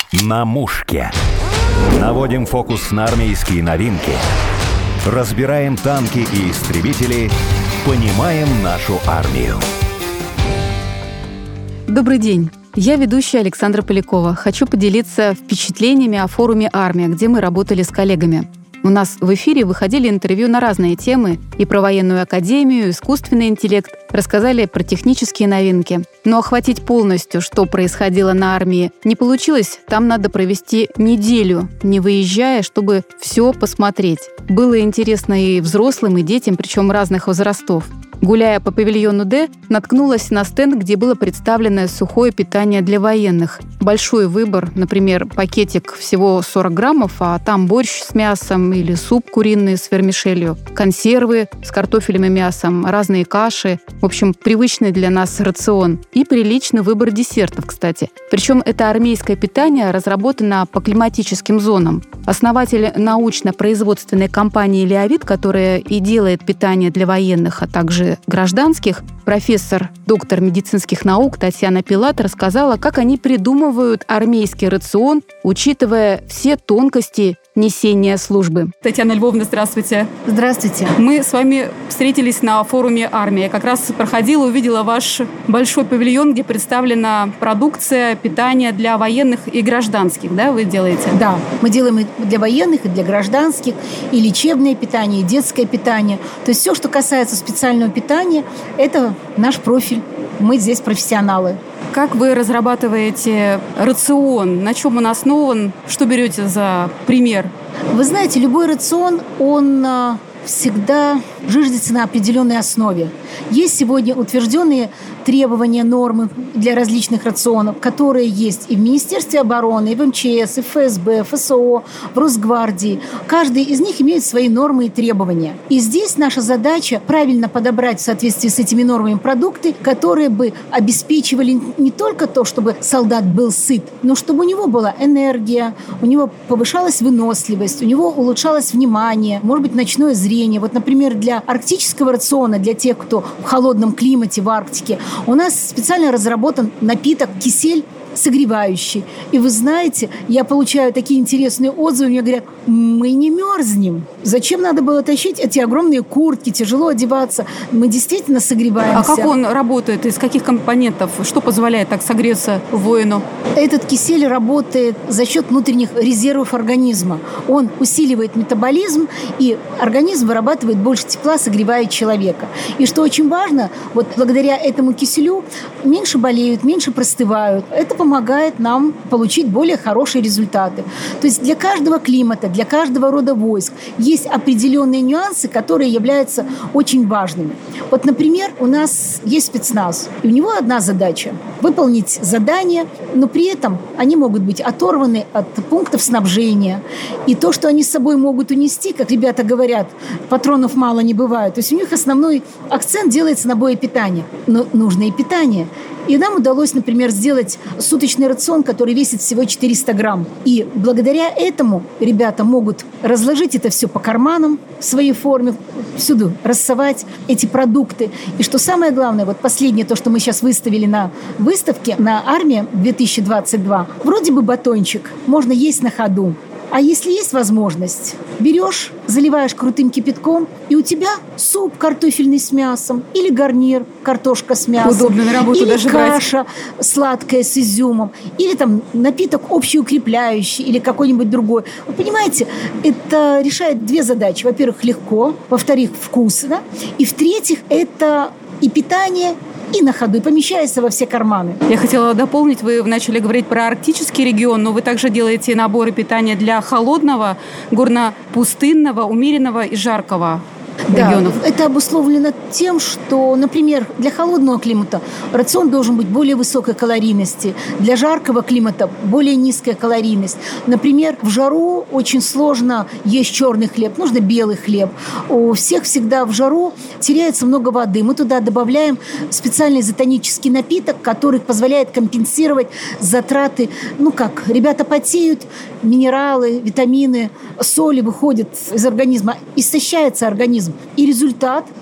На мушке. Наводим фокус на армейские новинки. Разбираем танки и истребители. Понимаем нашу армию. Добрый день. Я ведущая Александра Полякова. Хочу поделиться впечатлениями о форуме «Армия», где мы работали с коллегами. У нас в эфире выходили интервью на разные темы и про военную академию, искусственный интеллект, рассказали про технические новинки. Но охватить полностью, что происходило на армии, не получилось. Там надо провести неделю, не выезжая, чтобы все посмотреть. Было интересно и взрослым, и детям, причем разных возрастов. Гуляя по павильону «Д», наткнулась на стенд, где было представлено сухое питание для военных. Большой выбор, например, пакетик всего 40 граммов, а там борщ с мясом или суп куриный с вермишелью, консервы с картофелем и мясом, разные каши. В общем, привычный для нас рацион. И приличный выбор десертов, кстати. Причем это армейское питание разработано по климатическим зонам. Основатель научно-производственной компании «Леовит», которая и делает питание для военных, а также гражданских, профессор, доктор медицинских наук Татьяна Пилат рассказала, как они придумывают армейский рацион, учитывая все тонкости несения службы. Татьяна Львовна, здравствуйте. Здравствуйте. Мы с вами встретились на форуме «Армия». Я как раз проходила, увидела ваш большой павильон, где представлена продукция питания для военных и гражданских, да, вы делаете? Да, мы делаем и для военных, и для гражданских, и лечебное питание, и детское питание. То есть все, что касается специального питания, это наш профиль. Мы здесь профессионалы. Как вы разрабатываете рацион? На чем он основан? Что берете за пример? Вы знаете, любой рацион, он всегда зиждется на определенной основе. Есть сегодня утвержденные требования, нормы для различных рационов, которые есть и в Министерстве обороны, и в МЧС, и в ФСБ, ФСО, в Росгвардии. Каждый из них имеет свои нормы и требования. И здесь наша задача правильно подобрать в соответствии с этими нормами продукты, которые бы обеспечивали не только то, чтобы солдат был сыт, но чтобы у него была энергия, у него повышалась выносливость, у него улучшалось внимание, может быть, ночное зрение. Вот, например, для арктического рациона, для тех, кто в холодном климате в Арктике, у нас специально разработан напиток кисель согревающий. И вы знаете, я получаю такие интересные отзывы, мне говорят, мы не мерзнем. Зачем надо было тащить эти огромные куртки, тяжело одеваться? Мы действительно согреваемся. А как он работает? Из каких компонентов? Что позволяет так согреться воину? Этот кисель работает за счет внутренних резервов организма. Он усиливает метаболизм, и организм вырабатывает больше тепла, согревая человека. И что очень важно, вот благодаря этому киселю меньше болеют, меньше простывают. Это помогает нам получить более хорошие результаты. То есть для каждого климата, для каждого рода войск есть определенные нюансы, которые являются очень важными. Вот, например, у нас есть спецназ, и у него одна задача – выполнить задание, но при этом они могут быть оторваны от пунктов снабжения. И то, что они с собой могут унести, как ребята говорят, патронов мало не бывает. То есть у них основной акцент делается на боепитание. Но нужно и питание. И нам удалось, например, сделать суточный рацион, который весит всего 400 грамм. И благодаря этому ребята могут разложить это все по карманам в своей форме, всюду рассовать эти продукты. И что самое главное, вот последнее, то, что мы сейчас выставили на выставке на «Армия 2022», вроде бы батончик, можно есть на ходу. А если есть возможность, берешь, заливаешь крутым кипятком, и у тебя суп картофельный с мясом, или гарнир, картошка с мясом, удобно на работу или даже каша сладкая с изюмом, или там напиток общеукрепляющий, или какой-нибудь другой. Вы понимаете, это решает две задачи. Во-первых, легко, во-вторых, вкусно, и в-третьих, это и питание, и на ходу, и помещается во все карманы. Я хотела дополнить, вы начали говорить про арктический регион, но вы также делаете наборы питания для холодного, горно-пустынного, умеренного и жаркого регионов. Да, это обусловлено тем, что, например, для холодного климата рацион должен быть более высокой калорийности, для жаркого климата более низкая калорийность. Например, в жару очень сложно есть черный хлеб, нужно белый хлеб. У всех всегда в жару теряется много воды. Мы туда добавляем специальный изотонический напиток, который позволяет компенсировать затраты. Ребята потеют, минералы, витамины, соли выходят из организма, истощается организм. И результат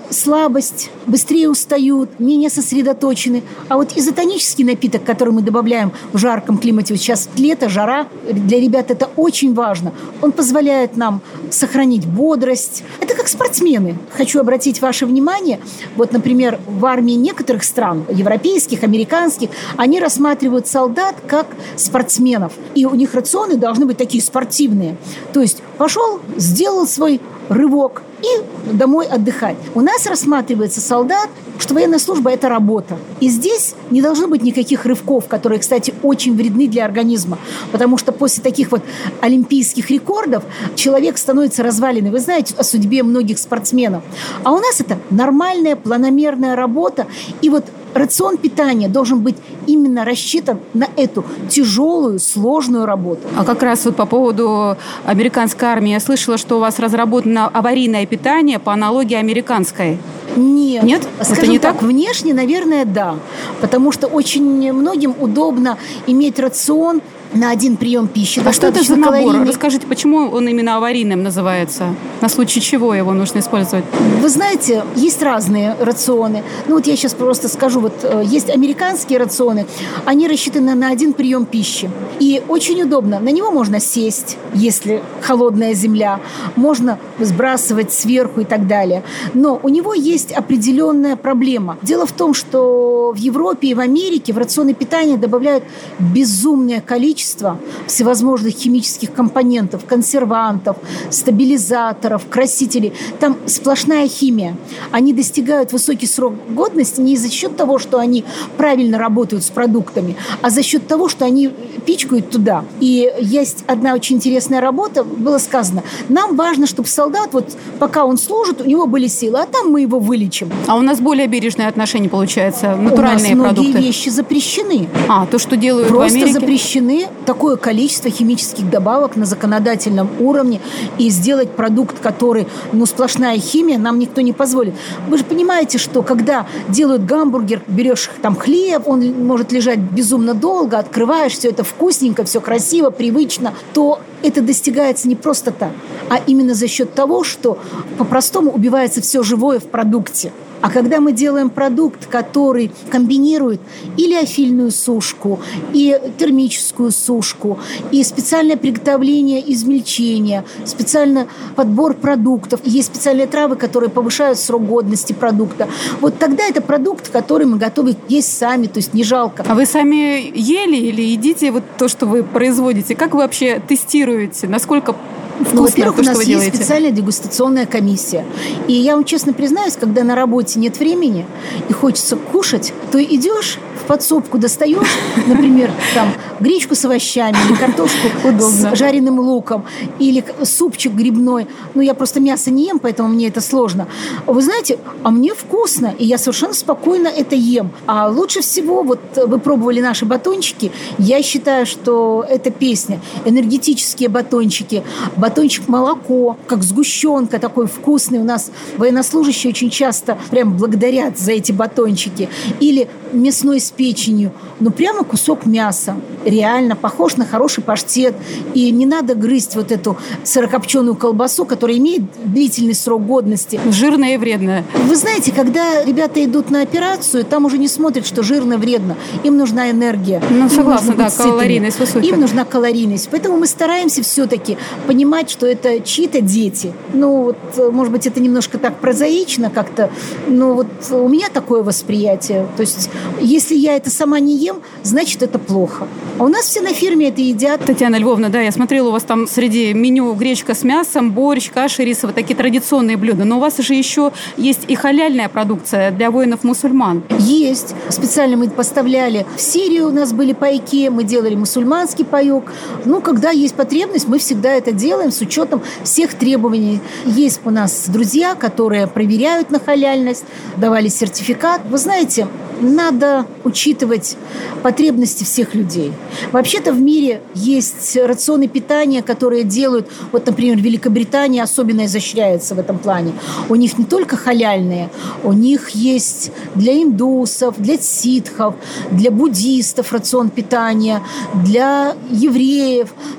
слабость, быстрее устают, менее сосредоточены. А вот изотонический напиток, который мы добавляем в жарком климате, вот сейчас лето, жара, для ребят это очень важно. Он позволяет нам сохранить бодрость. Это как спортсмены. Хочу обратить ваше внимание, вот, например, в армии некоторых стран, европейских, американских, они рассматривают солдат как спортсменов. И у них рационы должны быть такие спортивные. То есть пошел, сделал свой рывок и домой отдыхать. У нас рассматривается солдат, что военная служба – это работа. И здесь не должно быть никаких рывков, которые, кстати, очень вредны для организма. Потому что после таких вот олимпийских рекордов человек становится разваленный. Вы знаете о судьбе многих спортсменов. А у нас это нормальная, планомерная работа. И вот рацион питания должен быть именно рассчитан на эту тяжелую, сложную работу. А как раз вот по поводу американской армии. Я слышала, что у вас разработано аварийное питание по аналогии американской. Нет. Нет? Скажем это не так, так? Внешне, наверное, да. Потому что очень многим удобно иметь рацион на один прием пищи. А что это за набор? Калорийный. Расскажите, почему он именно аварийным называется? На случай чего его нужно использовать? Вы знаете, есть разные рационы. Ну вот я сейчас просто скажу, вот есть американские рационы, они рассчитаны на один прием пищи. И очень удобно. На него можно сесть, если холодная земля, можно сбрасывать сверху и так далее. Но у него есть определенная проблема. Дело в том, что в Европе и в Америке в рационы питания добавляют безумное количество всевозможных химических компонентов, консервантов, стабилизаторов, красителей. Там сплошная химия. Они достигают высокий срок годности не за счет того, что они правильно работают с продуктами, а за счет того, что они пичкают туда. И есть одна очень интересная работа, было сказано, нам важно, чтобы солдат, вот пока он служит, у него были силы, а там мы его вылечим. А у нас более бережное отношение получается, натуральные у нас продукты. многие вещи запрещены. То, что делают Просто в Америке? запрещены такое количество химических добавок на законодательном уровне, и сделать продукт, который, сплошная химия, нам никто не позволит. Вы же понимаете, что когда делают гамбургер, берешь там хлеб, он может лежать безумно долго, открываешь, все это вкусненько, все красиво, привычно, то это достигается не просто так, а именно за счет того, что по-простому убивается все живое в продукте. А когда мы делаем продукт, который комбинирует и лиофильную сушку, и термическую сушку, и специальное приготовление измельчения, специальный подбор продуктов, есть специальные травы, которые повышают срок годности продукта, вот тогда это продукт, который мы готовы есть сами, то есть не жалко. А вы сами ели или едите вот то, что вы производите? Как вы вообще тестируете? Насколько вкусно во-первых, то, у что нас вы есть делаете? специальная дегустационная комиссия. И я вам честно признаюсь, когда на работе нет времени и хочется кушать, то идешь в подсобку, достаешь, например, там гречку с овощами или картошку с жареным луком или супчик грибной. Я просто мясо не ем, поэтому мне это сложно. Вы знаете, а мне вкусно, и я совершенно спокойно это ем. А лучше всего, вот вы пробовали наши батончики, я считаю, что это песня. Энергетические батончики, батончик молоко, как сгущенка, такой вкусный. У нас военнослужащие очень часто прям благодарят за эти батончики. Или мясной с печенью. Прямо кусок мяса. Реально похож на хороший паштет. И не надо грызть вот эту сырокопченую колбасу, которая имеет длительный срок годности. Жирная и вредная. Вы знаете, когда ребята идут на операцию, там уже не смотрят, что жирно, вредно. Им нужна энергия. Согласна, да, калорийность высокая. Им нужна калорийность. Поэтому мы стараемся все-таки понимать, что это чьи-то дети. Может быть, это немножко так прозаично как-то, но вот у меня такое восприятие. То есть, если я это сама не ем, значит, это плохо. А у нас все на фирме это едят. Татьяна Львовна, да, я смотрела, у вас там среди меню гречка с мясом, борщ, каша рисовая, такие традиционные блюда. Но у вас же еще есть и халяльная продукция для воинов-мусульман. Есть. Специально мы поставляли в Сирию, у нас были пайки, мы делали мусульманский паек. Когда есть потребность, мы всегда это делаем с учетом всех требований. Есть у нас друзья, которые проверяют на халяльность, давали сертификат. Вы знаете, надо учитывать потребности всех людей. Вообще-то в мире есть рационы питания, которые делают, вот, например, Великобритания особенно изощряется в этом плане. У них не только халяльные, у них есть для индусов, для ситхов, для буддистов рацион питания, для евреев. То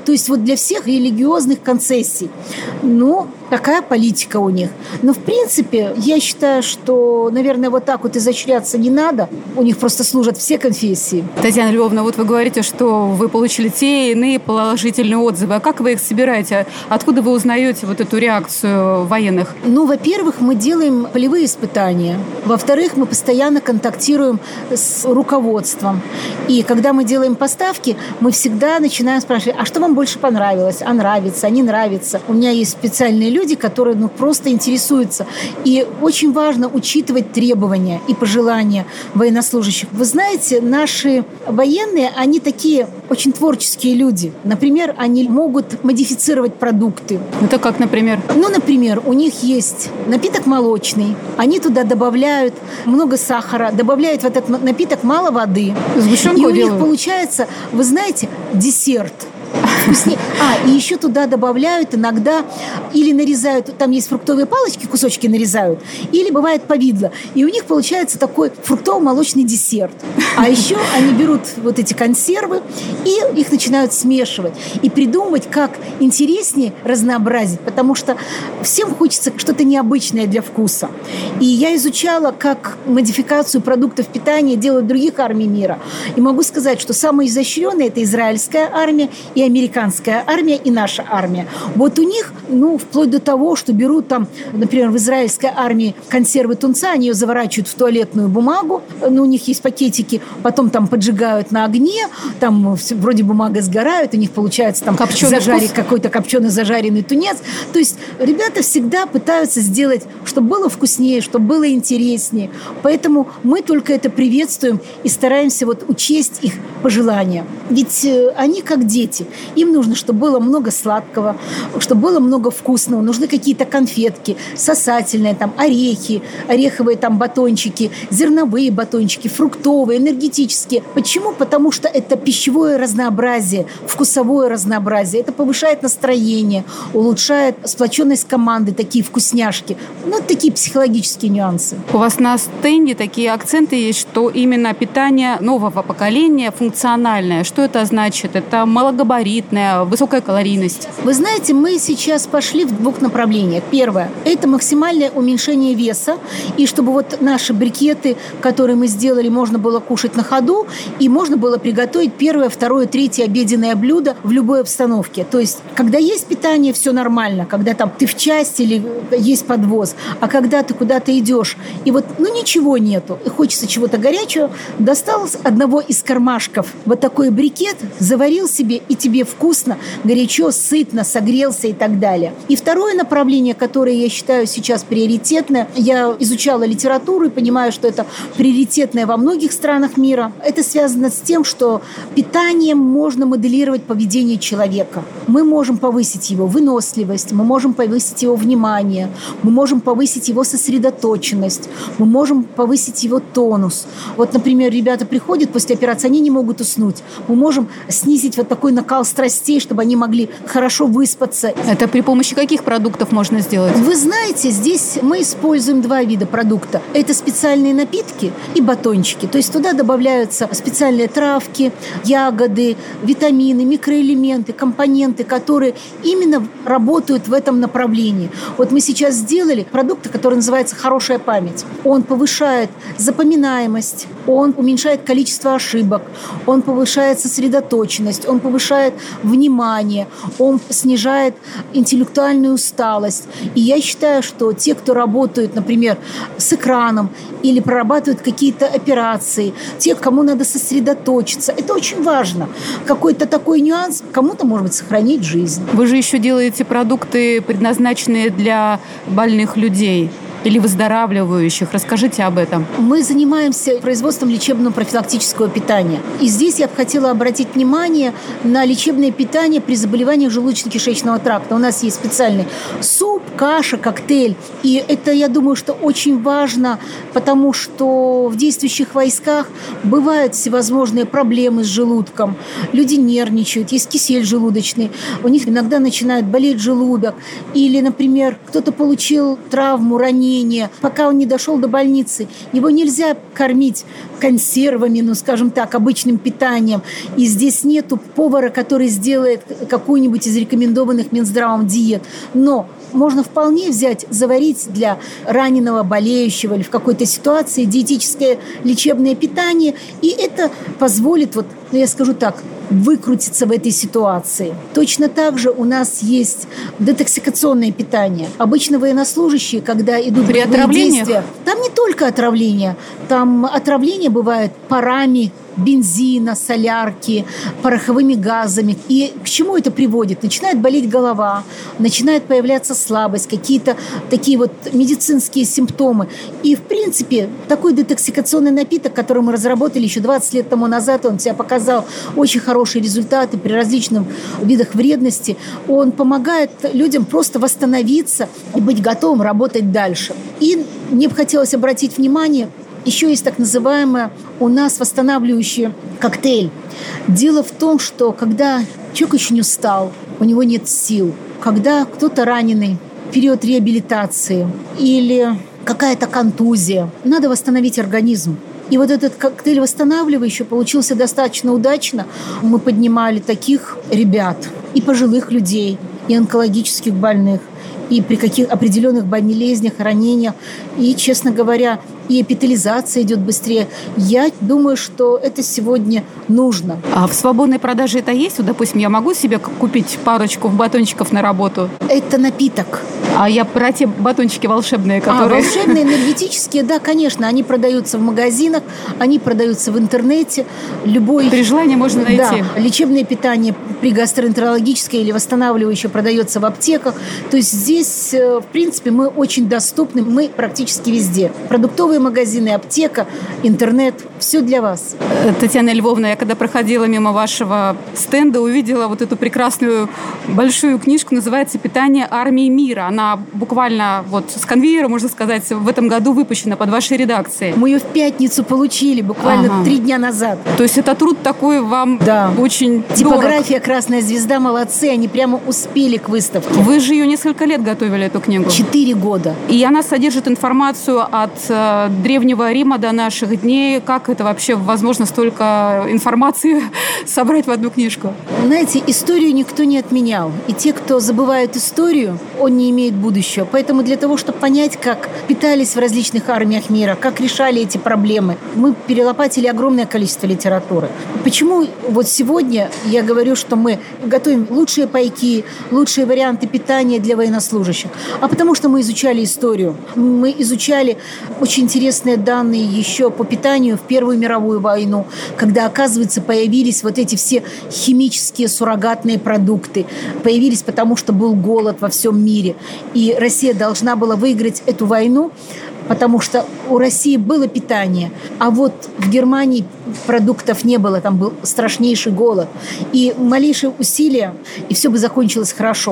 То есть вот для всех религиозных концессий. Ну, такая политика у них. Но, в принципе, я считаю, что, наверное, вот так вот изощряться не надо. У них просто служат все конфессии. Татьяна Львовна, вот вы говорите, что вы получили те и иные положительные отзывы. А как вы их собираете? Откуда вы узнаете вот эту реакцию военных? Ну, во-первых, мы делаем полевые испытания. Во-вторых, мы постоянно контактируем с руководством. И когда мы делаем поставки, мы всегда начинаем спрашивать, а что вам больше понравилось? А нравится, а не нравится? У меня есть специальные люди, которые просто интересуются. И очень важно учитывать требования и пожелания военнослужащих. Вы знаете, наши военные, они такие очень творческие люди. Например, они могут модифицировать продукты. Это как, например? Ну, например, у них есть напиток молочный. Они туда добавляют много сахара, добавляют в этот напиток мало воды. Сгущенку и у них делают? Получается, вы знаете, десерт. Вкуснее. И еще туда добавляют иногда или нарезают, там есть фруктовые палочки, кусочки нарезают, или бывает повидло. И у них получается такой фруктово-молочный десерт. А еще они берут вот эти консервы и их начинают смешивать. И придумывать, как интереснее разнообразить, потому что всем хочется что-то необычное для вкуса. И я изучала, как модификацию продуктов питания делают в других армий мира. И могу сказать, что самые изощренные – это израильская армия и американская армия, и наша армия. Вот у них, вплоть до того, что берут там, например, в израильской армии консервы тунца, они ее заворачивают в туалетную бумагу, у них есть пакетики, потом там поджигают на огне, там вроде бумага сгорает, у них получается там зажарить какой-то копченый зажаренный тунец. То есть ребята всегда пытаются сделать, чтобы было вкуснее, чтобы было интереснее. Поэтому мы только это приветствуем и стараемся учесть их пожелания. Ведь они как дети. Им нужно, чтобы было много сладкого, чтобы было много вкусного. Нужны какие-то конфетки, сосательные, там, орехи, ореховые там батончики, зерновые батончики, фруктовые, энергетические. Почему? Потому что это пищевое разнообразие, вкусовое разнообразие. Это повышает настроение, улучшает сплоченность команды, такие вкусняшки. Такие психологические нюансы. У вас на стенде такие акценты есть, что именно питание нового поколения функциональное. Что это значит? Это малогабаритная, высокая калорийность. Вы знаете, мы сейчас пошли в двух направлениях. Первое – это максимальное уменьшение веса, и чтобы наши брикеты, которые мы сделали, можно было кушать на ходу, и можно было приготовить первое, второе, третье обеденное блюдо в любой обстановке. То есть, когда есть питание, все нормально, когда там ты в части или есть подвоз, а когда ты куда-то идешь, и ничего нету, и хочется чего-то горячего, достал с одного из кармашков такой брикет, заварил себе, и тебе вкусно, горячо, сытно, согрелся и так далее. И второе направление, которое я считаю сейчас приоритетное, я изучала литературу и понимаю, что это приоритетное во многих странах мира. Это связано с тем, что питанием можно моделировать поведение человека. Мы можем повысить его выносливость, мы можем повысить его внимание, мы можем повысить его сосредоточенность, мы можем повысить его тонус. Например, ребята приходят после операции, они не могут уснуть. Мы можем снизить такой накал страстей, чтобы они могли хорошо выспаться. Это при помощи каких продуктов можно сделать? Вы знаете, здесь мы используем два вида продукта. Это специальные напитки и батончики. То есть туда добавляются специальные травки, ягоды, витамины, микроэлементы, компоненты, которые именно работают в этом направлении. Мы сейчас сделали продукт, который называется «Хорошая память». Он повышает запоминаемость, он уменьшает количество ошибок, он повышает сосредоточенность, он повышает внимание, он снижает интеллектуальную усталость. И я считаю, что те, кто работают, например, с экраном или прорабатывают какие-то операции, те, кому надо сосредоточиться, это очень важно. Какой-то такой нюанс кому-то, может быть, сохранить жизнь. Вы же еще делаете продукты, предназначенные для больных людей или выздоравливающих. Расскажите об этом. Мы занимаемся производством лечебного профилактического питания. И здесь я бы хотела обратить внимание на лечебное питание при заболеваниях желудочно-кишечного тракта. У нас есть специальный суп, каша, коктейль. И это, я думаю, что очень важно, потому что в действующих войсках бывают всевозможные проблемы с желудком. Люди нервничают, есть кисель желудочный. У них иногда начинает болеть желудок. Или, например, кто-то получил травму, ранение, ранение, пока он не дошел до больницы. Его нельзя кормить консервами, скажем так, обычным питанием. И здесь нету повара, который сделает какую-нибудь из рекомендованных Минздравом диет. Но можно вполне взять, заварить для раненого, болеющего или в какой-то ситуации диетическое лечебное питание, и это позволит, я скажу так, выкрутиться в этой ситуации. Точно так же у нас есть детоксикационное питание. Обычно военнослужащие, когда идут при боевые действия, там не только отравление, там отравление бывает парами, бензина, солярки, пороховыми газами. И к чему это приводит? Начинает болеть голова, начинает появляться слабость, какие-то такие медицинские симптомы. И, в принципе, такой детоксикационный напиток, который мы разработали еще 20 лет тому назад, он себя показал очень хорошие результаты при различных видах вредности. Он помогает людям просто восстановиться и быть готовым работать дальше. И мне бы хотелось обратить внимание, еще есть так называемое у нас восстанавливающий коктейль. Дело в том, что когда человек очень устал, у него нет сил, когда кто-то раненый, период реабилитации или какая-то контузия, надо восстановить организм. И этот коктейль восстанавливающий получился достаточно удачно. Мы поднимали таких ребят, и пожилых людей, и онкологических больных, и при каких определенных болезнях, ранениях. И, честно говоря, и эпителизация идет быстрее. Я думаю, что это сегодня нужно. А в свободной продаже это есть? Допустим, я могу себе купить парочку батончиков на работу? Это напиток. А я про те батончики волшебные, которые... волшебные, энергетические, да, конечно. Они продаются в магазинах, они продаются в интернете. При желании можно найти. Да, лечебное питание при гастроэнтерологической или восстанавливающее продается в аптеках. То есть здесь, в принципе, мы очень доступны. Мы практически везде. Продуктовые магазины, аптека, интернет. Все для вас. Татьяна Львовна, я когда проходила мимо вашего стенда, увидела эту прекрасную большую книжку, называется «Питание армии мира». Она буквально с конвейера, можно сказать, в этом году выпущена под вашей редакцией. Мы ее в пятницу получили, буквально 3 дня назад. То есть это труд такой вам очень Типография дорог. «Красная звезда», молодцы, они прямо успели к выставке. Вы же ее несколько лет готовили, эту книгу. 4 года. И она содержит информацию от Древнего Рима до наших дней. Как это вообще возможно столько информации собрать в одну книжку? Знаете, историю никто не отменял. И те, кто забывает историю, он не имеет будущего. Поэтому для того, чтобы понять, как питались в различных армиях мира, как решали эти проблемы, мы перелопатили огромное количество литературы. Почему сегодня я говорю, что мы готовим лучшие пайки, лучшие варианты питания для военнослужащих? А потому что мы изучали историю. Мы изучали очень интересные данные еще по питанию в Первую мировую войну, когда, оказывается, появились эти все химические суррогатные продукты. Появились потому, что был голод во всем мире. И Россия должна была выиграть эту войну, потому что у России было питание, а в Германии продуктов не было, там был страшнейший голод. И малейшие усилия, и все бы закончилось хорошо.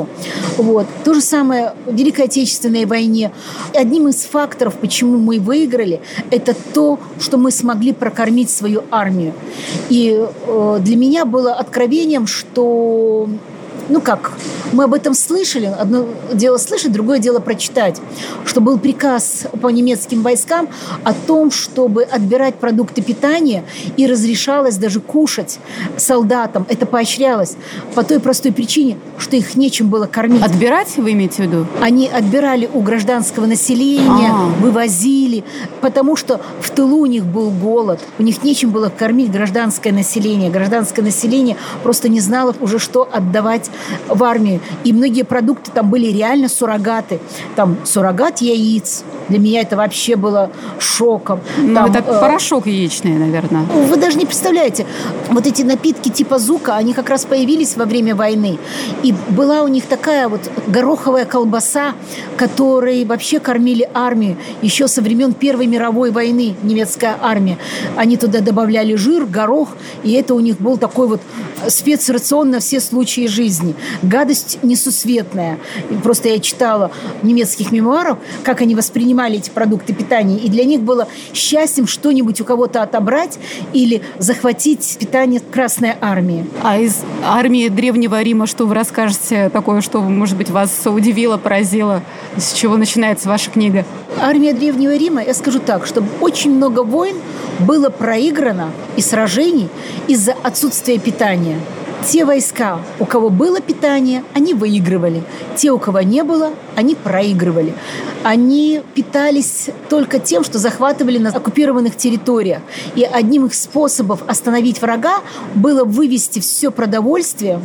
То же самое в Великой Отечественной войне. Одним из факторов, почему мы выиграли, это то, что мы смогли прокормить свою армию. И для меня было откровением, что... мы об этом слышали, одно дело слышать, другое дело прочитать, что был приказ по немецким войскам о том, чтобы отбирать продукты питания, и разрешалось даже кушать солдатам. Это поощрялось по той простой причине, что их нечем было кормить. Отбирать, вы имеете в виду? Они отбирали у гражданского населения, вывозили, потому что в тылу у них был голод, у них нечем было кормить гражданское население. Гражданское население просто не знало уже, что отдавать в армию. И многие продукты там были реально суррогаты. Там суррогат яиц. Для меня это вообще было шоком. Это порошок яичный, наверное. Вы даже не представляете. Эти напитки типа Зука, они как раз появились во время войны. И была у них такая гороховая колбаса, которой вообще кормили армию еще со времен Первой мировой войны, немецкая армия. Они туда добавляли жир, горох, и это у них был такой спецрацион на все случаи жизни. Гадость несусветная. Просто я читала немецких мемуаров, как они воспринимали эти продукты питания, и для них было счастьем что-нибудь у кого-то отобрать или захватить питание Красной армии. А из армии Древнего Рима что вы расскажете такое, что, может быть, вас удивило, поразило? С чего начинается ваша книга? Армия Древнего Рима, я скажу так, что очень много войн было проиграно и сражений из-за отсутствия питания. Те войска, у кого было питание, они выигрывали. Те, у кого не было, они проигрывали. Они питались только тем, что захватывали на оккупированных территориях. И одним из способов остановить врага было вывести все продовольствие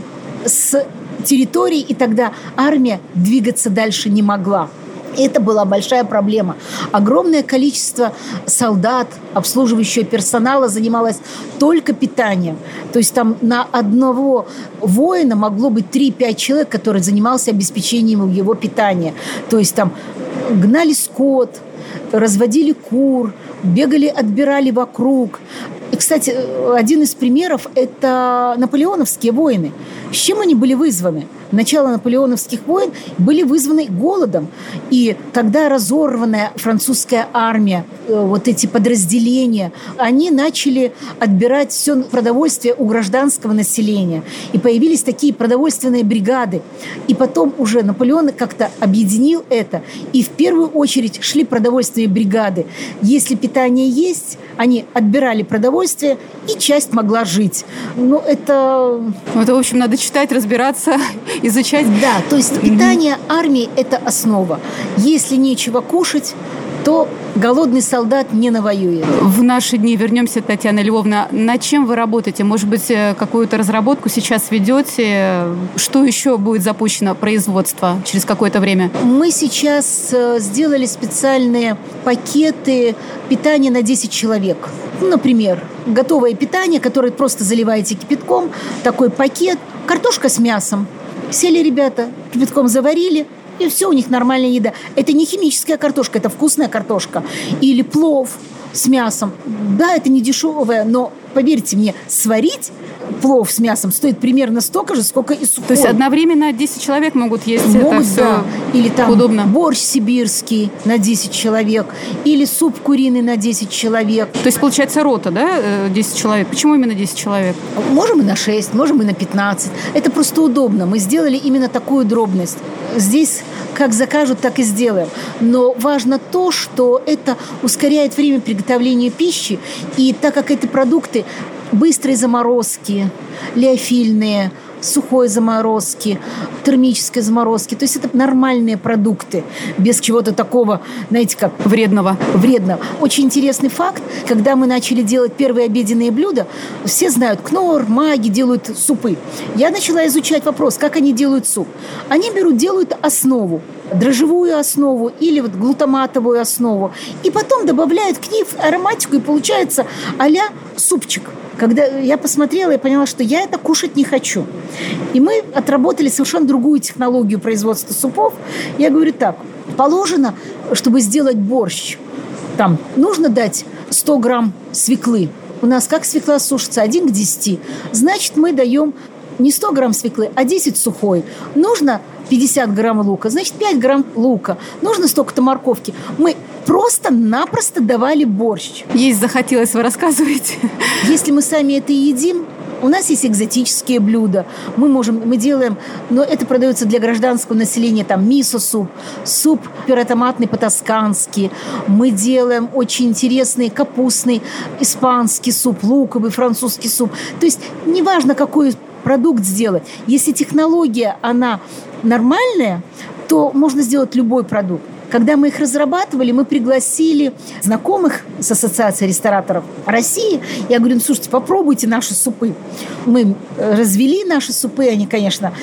с территории, и тогда армия двигаться дальше не могла. Это была большая проблема. Огромное количество солдат, обслуживающего персонала занималось только питанием. То есть там на одного воина могло быть 3-5 человек, который занимался обеспечением его питания. То есть там гнали скот, разводили кур, бегали, отбирали вокруг. И, кстати, один из примеров – это наполеоновские войны. С чем они были вызваны? Начало наполеоновских войн были вызваны голодом. И когда разорванная французская армия, вот эти подразделения, они начали отбирать все продовольствие у гражданского населения. И появились такие продовольственные бригады. И потом уже Наполеон как-то объединил это. И в первую очередь шли продовольственные бригады. Если питание есть, они отбирали продовольствие, и часть могла жить. Но это, в общем, надо читать, разбираться, изучать. Да, то есть питание армии – это основа. Если нечего кушать, то голодный солдат не навоюет. В наши дни вернемся, Татьяна Львовна. Над чем вы работаете? Может быть, какую-то разработку сейчас ведете? Что еще будет запущено производство через какое-то время? Мы сейчас сделали специальные пакеты питания на 10 человек. Например, готовое питание, которое просто заливаете кипятком. Такой пакет. Картошка с мясом. Сели ребята, кипятком заварили, и все, у них нормальная еда. Это не химическая картошка, это вкусная картошка. Или плов с мясом. Да, это не дешевое, но, поверьте мне, сварить плов с мясом стоит примерно столько же, сколько и сухой. То есть одновременно 10 человек могут есть могут, это все, да. Или там удобно. Борщ сибирский на 10 человек, или суп куриный на 10 человек. То есть получается рота, да, 10 человек? Почему именно 10 человек? Можем и на 6, можем и на 15. Это просто удобно. Мы сделали именно такую дробность. Здесь как закажут, так и сделаем. Но важно то, что это ускоряет время приготовления пищи. И так как эти продукты быстрой заморозки, лиофильные, сухой заморозки, термической заморозки. То есть это нормальные продукты, без чего-то такого, знаете, как вредного. Очень интересный факт. Когда мы начали делать первые обеденные блюда, все знают, Кнор, маги делают супы. Я начала изучать вопрос, как они делают суп. Они делают основу, дрожжевую основу или вот глутаматовую основу. И потом добавляют к ней ароматику, и получается а-ля супчик. Когда я посмотрела, я поняла, что я это кушать не хочу. И мы отработали совершенно другую технологию производства супов. Я говорю так, положено, чтобы сделать борщ, там нужно дать 100 грамм свеклы. У нас как свекла сушится? 1 к 10. Значит, мы даем не 100 грамм свеклы, а 10 сухой. Нужно 50 грамм лука, значит, 5 грамм лука. Нужно столько-то морковки. Мы просто-напросто давали борщ. Есть захотелось, вы рассказываете. Если мы сами это едим, у нас есть экзотические блюда. Мы делаем, но это продается для гражданского населения, там мисо-суп, суп пюре-томатный по-тоскански. Мы делаем очень интересный капустный испанский суп, луковый французский суп. То есть неважно, какой продукт сделать. Если технология, она нормальная, то можно сделать любой продукт. Когда мы их разрабатывали, мы пригласили знакомых с Ассоциацией рестораторов России. Я говорю, слушайте, попробуйте наши супы. Мы развели наши супы, они, конечно,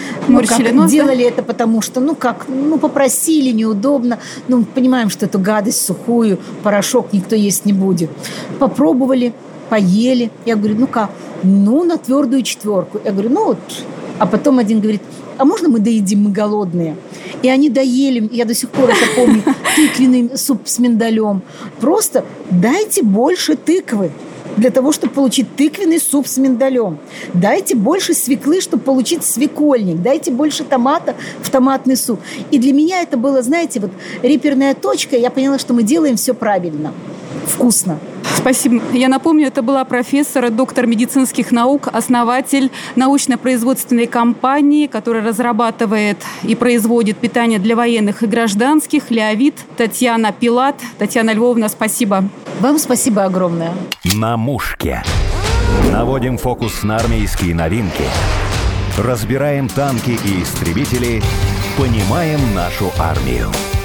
делали это, потому что, попросили, неудобно. Понимаем, что эту гадость сухую, порошок никто есть не будет. Попробовали, поели. Я говорю, на твердую 4. Я говорю, А потом один говорит, а можно мы доедим, мы голодные? И они доели, я до сих пор это помню, тыквенный суп с миндалем. Просто дайте больше тыквы. для того, чтобы получить тыквенный суп с миндалем. Дайте больше свеклы, чтобы получить свекольник. Дайте больше томата в томатный суп. И для меня это было, знаете, вот реперная точка. Я поняла, что мы делаем все правильно, вкусно. Спасибо. Я напомню, это была профессор, доктор медицинских наук, основатель научно-производственной компании, которая разрабатывает и производит питание для военных и гражданских, Леовит, Татьяна Пилат. Татьяна Львовна, спасибо. Вам спасибо огромное. На мушке. Наводим фокус на армейские новинки. Разбираем танки и истребители. Понимаем нашу армию.